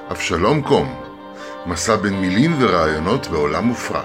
אבשלום קום, מסע בין מילים ורעיונות בעולם מופרע.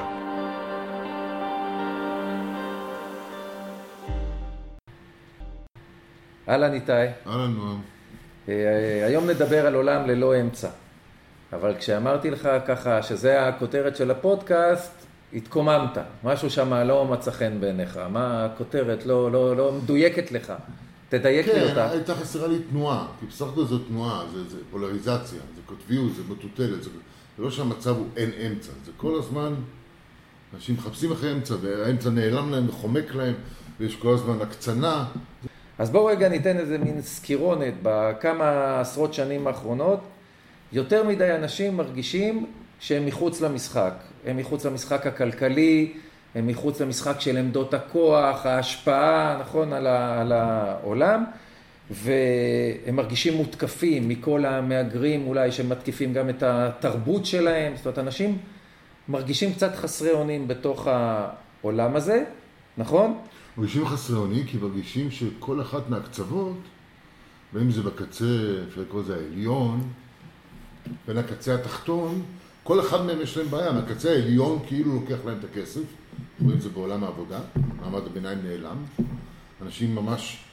אהלן איתי. אהלן נועם. היום נדבר על עולם ללא אמצע. אבל כשאמרתי לך ככה שזה הכותרת של הפודקאסט, התקוממת. משהו שם לא מצא חן בעיניך. מה הכותרת לא מדויקת לך. תדייק לי אותה. כן, הייתה חסרה לי תנועה. כי בסך הכל זו תנועה, זה פולריזציה, זה קוטביות, זה מטוטלת. זה לא שהמצב הוא אין אמצע. זה כל הזמן, אנשים מחפשים אחרי אמצע, והאמצע נעלם להם וחומק להם, ויש כל הזמן הקצנה. אז בואו רגע ניתן איזה מין סקירונת. בכמה עשרות שנים האחרונות, יותר מדי אנשים מרגישים שהם מחוץ למשחק. הם מחוץ למשחק הכלכלי, הם מחוץ למשחק של עמדות הכוח, ההשפעה, נכון, על העולם, והם מרגישים מותקפים מכל המאגרים אולי שמתקיפים גם את התרבות שלהם. זאת אומרת, אנשים מרגישים קצת חסרי אונים בתוך העולם הזה, נכון? מרגישים חסרי אונים כי מרגישים שכל אחת מהקצוות, בין אם זה בקצה, אפשר לקרוא לזה העליון, בין הקצה התחתון, כל אחד מהם יש להם בעיה. מהקצה העליון כאילו לוקח להם את הכסף, רואים את זה בעולם העבודה, מעמד הביניים נעלם, אנשים ממש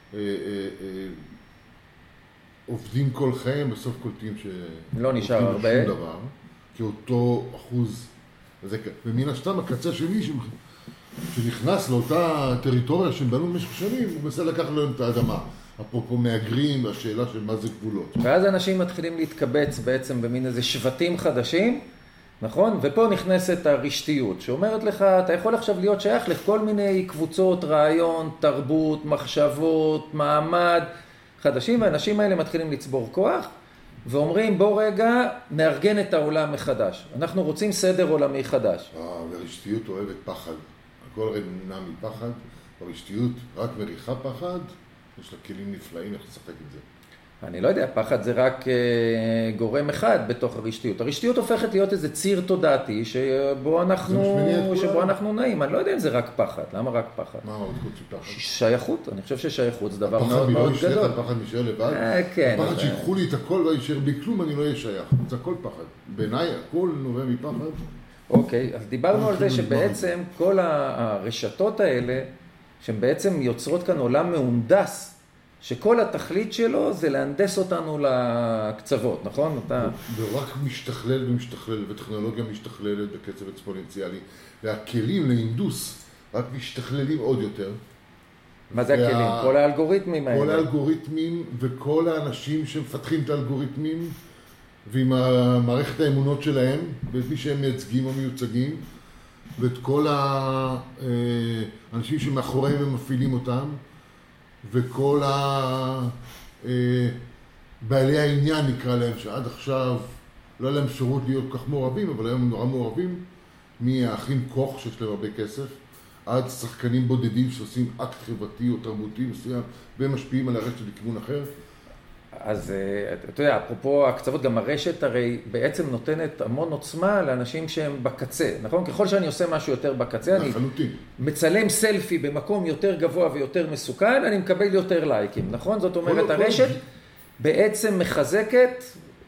עובדים כל חיים, בסוף קולטים לא נשאר הרבה. שום דבר, כי אותו אחוז, ומן השתם הקצה שלי שנכנס לאותה טריטוריה שהם בנו במשך שנים, הוא מנסה לקח להם את האדמה. אפרופו מהגרים והשאלה של מה זה גבולות. ואז אנשים מתחילים להתקבץ בעצם במין איזה שבטים חדשים, נכון? ופה נכנסת הרשתיות, שאומרת לך, אתה יכול עכשיו להיות שייך לכל מיני קבוצות, רעיון, תרבות, מחשבות, מעמד חדשים, והאנשים האלה מתחילים לצבור כוח, ואומרים בוא רגע נארגן את העולם מחדש. אנחנו רוצים סדר עולמי חדש. והרשתיות אוהבת פחד. הכל הרי נע מפחד, הרשתיות רק מריחה פחד, יש לה כלים נפלאים איך לשחק עם זה. אני לא יודע, פחד זה רק גורם אחד בתוך הרשתיות. הרשתיות הופכת להיות איזה ציר תודעתי שבו אנחנו נעים. אני לא יודע אם זה רק פחד. למה רק פחד? מה עוד חוץ מפחד? שייכות. אני חושב ששייכות זה דבר מאוד מאוד גדול. הפחד נשאר לבד. כן. הפחד שיקחו לי את הכל וישאר בלי כלום, אני לא אהיה שייך. זה הכל פחד. בעיניי הכל נובע מפחד. אוקיי, אז דיברנו על זה שבעצם כל הרשתות האלה, שהן בעצם יוצרות כאן עולם מהונדס, שכל התכלית שלו זה להנדס אותנו לקצוות, נכון? ורק משתכלל ומשתכלל, וטכנולוגיה משתכללת בקצב אקספוננציאלי, והכלים להינדוס רק משתכללים עוד יותר. מה זה הכלים? כל האלגוריתמים האלה. כל האלגוריתמים וכל האנשים שמפתחים את האלגוריתמים, ועם המערכת האמונות שלהם, ומי שהם מייצגים או מיוצגים, ואת כל האנשים שמאחוריהם הם מפעילים אותם, וכל בעלי העניין נקרא להם, שעד עכשיו לא היה להם אפשרות להיות כל כך מעורבים, אבל היום הם נורא מעורבים, מהאחים קוך שיש להם הרבה כסף, עד שחקנים בודדים שעושים אקט חברתי או תרבותי מסוים, והם משפיעים על הרשת לכיוון אחר. אז אתה יודע, אפרופו הקצוות, גם הרשת הרי בעצם נותנת המון עוצמה לאנשים שהם בקצה, נכון? ככל שאני עושה משהו יותר בקצה, אני מצלם סלפי במקום יותר גבוה ויותר מסוכן, אני מקבל יותר לייקים, נכון? זאת אומרת, הרשת בעצם מחזקת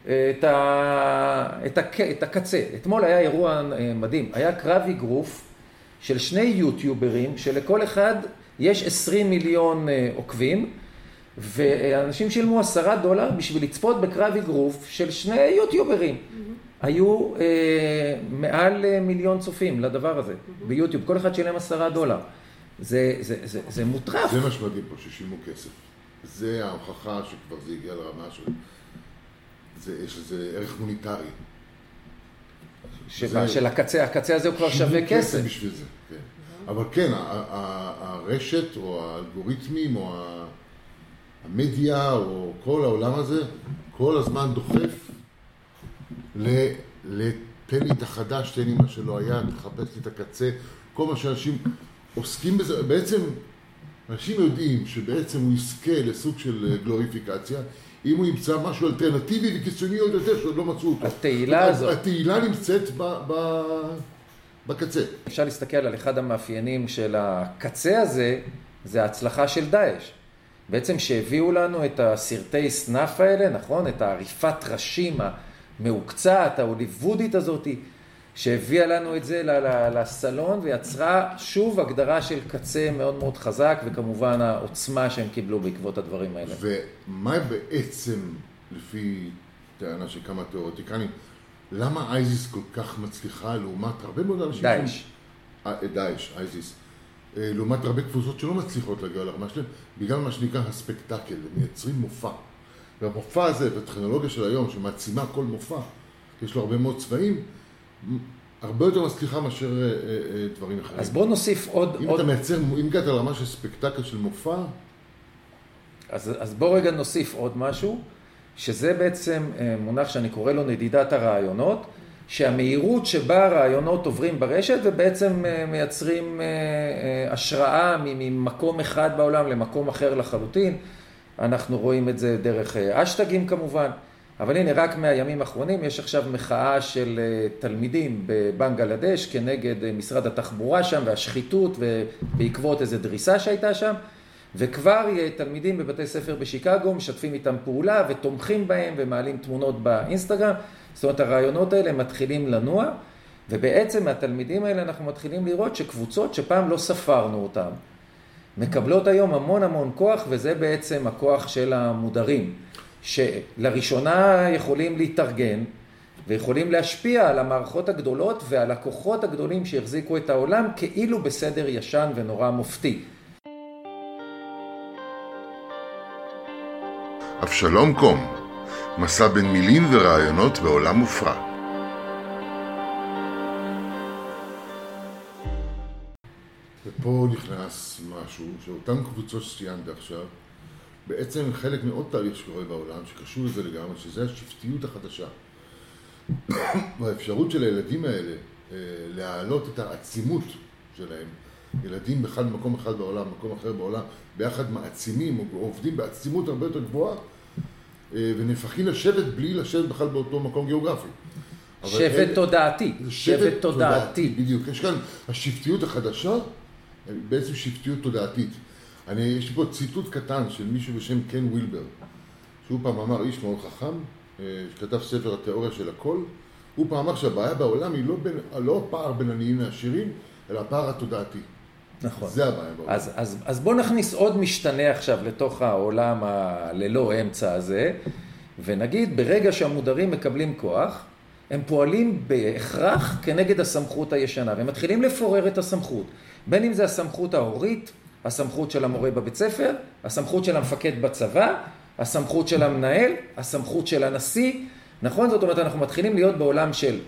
את הקצה. אתמול היה אירוע מדהים, היה קרב אגרוף של שני יוטיוברים, שלכל אחד יש 20 מיליון עוקבים, ואנשים שילמו $10 בשביל לצפות בקרב אגרוף של שני יוטיוברים. היו מעל 1,000,000 צופים לדבר הזה ביוטיוב, כל אחד שילם $10. זה מוטרף. זה מה שמדהים פה, ששילמו כסף. זה ההוכחה שכבר זה הגיע לרמה יש לזה ערך מוניטרי. של הקצה הזה הוא כבר שווה כסף. בשביל זה, כן. אבל כן, הרשת או האלגוריתמים או המדיה או כל העולם הזה, כל הזמן דוחף תן לי את החדש, תן לי מה שלא היה, תחפש לי את הקצה, כל מה שאנשים עוסקים בזה. בעצם, אנשים יודעים שבעצם הוא יזכה לסוג של גלוריפיקציה, אם הוא ימצא משהו אלטרנטיבי וקיצוני עוד יותר שעוד לא מצאו אותו. התהילה הזאת. התהילה נמצאת בקצה. אפשר להסתכל על אחד המאפיינים של הקצה הזה, זה ההצלחה של דאעש. בעצם שהביאו לנו את הסרטי סנאפ האלה, נכון? את העריפת ראשים המעוקצת, ההוליוודית הזאת, שהביאה לנו את זה לסלון ויצרה שוב הגדרה של קצה מאוד מאוד חזק, וכמובן העוצמה שהם קיבלו בעקבות הדברים האלה. ומה בעצם, לפי טענה של כמה תיאורטיקנים, למה אייזיס כל כך מצליחה לעומת הרבה מאוד אנשים? דאעש, אייזיס. לעומת הרבה קבוצות שלא מצליחות להגיע לרמה שלהם, בגלל מה שנקרא הספקטקל, הם מייצרים מופע. והמופע הזה, בטכנולוגיה של היום, שמעצימה כל מופע, יש לו הרבה מאוד צבעים, הרבה יותר מצליחה מאשר דברים אחרים. אז בואו נוסיף עוד... אם אתה מייצר, אם הגעת לרמה של ספקטקל של מופע... אז בואו רגע נוסיף עוד משהו, שזה בעצם מונח שאני קורא לו נדידת הרעיונות, שהמהירות שבה הרעיונות עוברים ברשת ובעצם מייצרים השראה ממקום אחד בעולם למקום אחר לחלוטין. אנחנו רואים את זה דרך אשטגים כמובן, אבל הנה רק מהימים האחרונים יש עכשיו מחאה של תלמידים בבנגלדש כנגד משרד התחבורה שם והשחיתות ובעקבות איזו דריסה שהייתה שם, וכבר תלמידים בבתי ספר בשיקגו משתפים איתם פעולה ותומכים בהם ומעלים תמונות באינסטגרם. זאת אומרת, הרעיונות האלה מתחילים לנוע, ובעצם מהתלמידים האלה אנחנו מתחילים לראות שקבוצות שפעם לא ספרנו אותם, מקבלות היום המון המון כוח, וזה בעצם הכוח של המודרים, שלראשונה יכולים להתארגן, ויכולים להשפיע על המערכות הגדולות ועל הכוחות הגדולים שהחזיקו את העולם, כאילו בסדר ישן ונורא מופתי. אבשלום קום, מסע בין מילים ורעיונות בעולם מופרע. ופה נכנס משהו, שאותן קבוצות שציינת עכשיו, בעצם חלק מאוד תהליך שקורה בעולם, שקשור לזה לגמרי, שזה השבטיות החדשה. והאפשרות של הילדים האלה להעלות את העצימות שלהם, ילדים בכלל במקום אחד בעולם, מקום אחר בעולם, ביחד מעצימים או עובדים בעצימות הרבה יותר גבוהה, ונפחים לשבת בלי לשבת בכלל באותו מקום גיאוגרפי. שבט תודעתי. שבט תודעתי. בדיוק. יש כאן השבטיות החדשה, בעצם שבטיות תודעתית. יש לי פה ציטוט קטן של מישהו בשם קן וילבר, שהוא פעם אמר, איש מאוד חכם, שכתב ספר התיאוריה של הכל, הוא פעם אמר שהבעיה בעולם היא לא הפער בין עניים לעשירים, אלא הפער התודעתי. נכון. זה הבעיה בעולם. אז בוא נכניס עוד משתנה עכשיו לתוך העולם ללא אמצע הזה, ונגיד ברגע שהמודרים מקבלים כוח, הם פועלים בהכרח כנגד הסמכות הישנה, והם מתחילים לפורר את הסמכות. בין אם זה הסמכות ההורית, הסמכות של המורה בבית ספר, הסמכות של המפקד בצבא, הסמכות של המנהל, הסמכות של הנשיא. נכון? זאת אומרת, אנחנו מתחילים להיות בעולם של...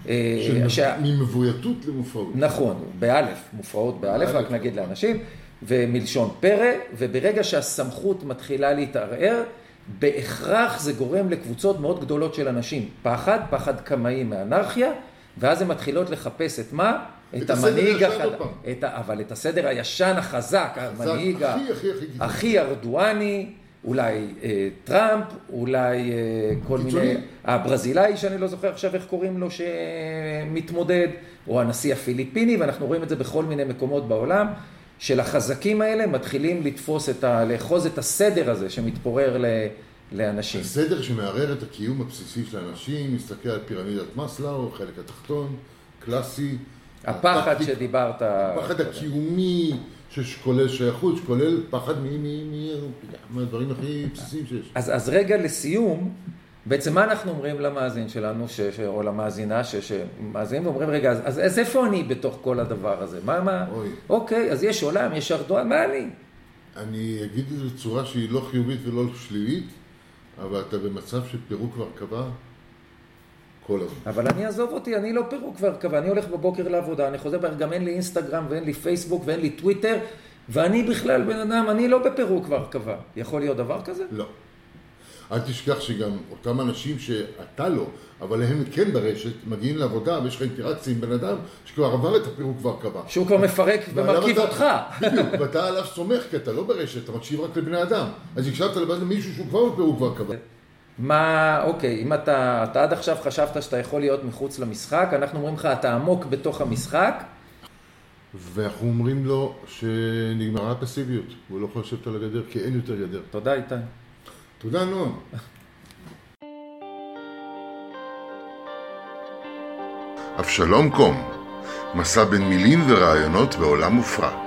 ממבויתות למופרעות. נכון, באלף, מופרעות באלף, רק נגיד לאנשים, ומלשון פרא, וברגע שהסמכות מתחילה להתערער, בהכרח זה גורם לקבוצות מאוד גדולות של אנשים. פחד קמאי מאנרכיה, ואז הן מתחילות לחפש את מה? את המנהיג אבל את הסדר הישן החזק, המנהיג הכי ארדואני, אולי טראמפ, אולי כל מיני, הברזילאי שאני לא זוכר עכשיו איך קוראים לו שמתמודד, או הנשיא הפיליפיני, ואנחנו רואים את זה בכל מיני מקומות בעולם, של החזקים האלה מתחילים לאחוז את הסדר הזה שמתפורר לאנשים. הסדר שמערער את הקיום הבסיסי של האנשים, מסתכל על פירמידת מאסלאו, חלק התחתון, קלאסי. הפחד שדיברת. הפחד הקיומי שכולל שייכות, שכולל פחד מהדברים הכי בסיסיים שיש. אז רגע לסיום, בעצם מה אנחנו אומרים למאזין שלנו, או למאזינה, שמאזינים ואומרים, רגע, אז איפה אני בתוך כל הדבר הזה? מה? אוקיי, אז יש עולם, יש ארדואן, מה אני? אני אגיד את זה בצורה שהיא לא חיובית ולא שלילית, אבל אתה במצב של פירוק והרכבה כל הזמן. אבל אני אעזוב אותי, אני לא פירוק והרכבה, אני הולך בבוקר לעבודה, אני חוזר, גם אין לי אינסטגרם ואין לי פייסבוק ואין לי טוויטר, ואני בכלל בן אדם, אני לא בפירוק והרכבה. יכול להיות דבר כזה? לא. אל תשכח שגם אותם אנשים שאתה לא, אבל הם כן ברשת, מגיעים לעבודה ויש לך אינטראקציה עם בן אדם שכבר עבר את הפירוק והרכבה. שהוא כבר מפרק ומרכיב אותך. בדיוק, ואתה עליו סומך כי אתה לא ברשת, אתה מקשיב רק לבני אדם. אז הקשבת לבן מישהו שהוא כבר בפירוק והרכבה. אוקיי, אם אתה עד עכשיו חשבת שאתה יכול להיות מחוץ למשחק, אנחנו אומרים לך, אתה עמוק בתוך המשחק. ואנחנו אומרים לו שנגמרה הפסיביות, הוא לא יכול לשבת על הגדר כי אין יותר גדר. תודה איתי. תודה נועם. אבשלום קום, מסע בין מילים ורעיונות בעולם מופרע.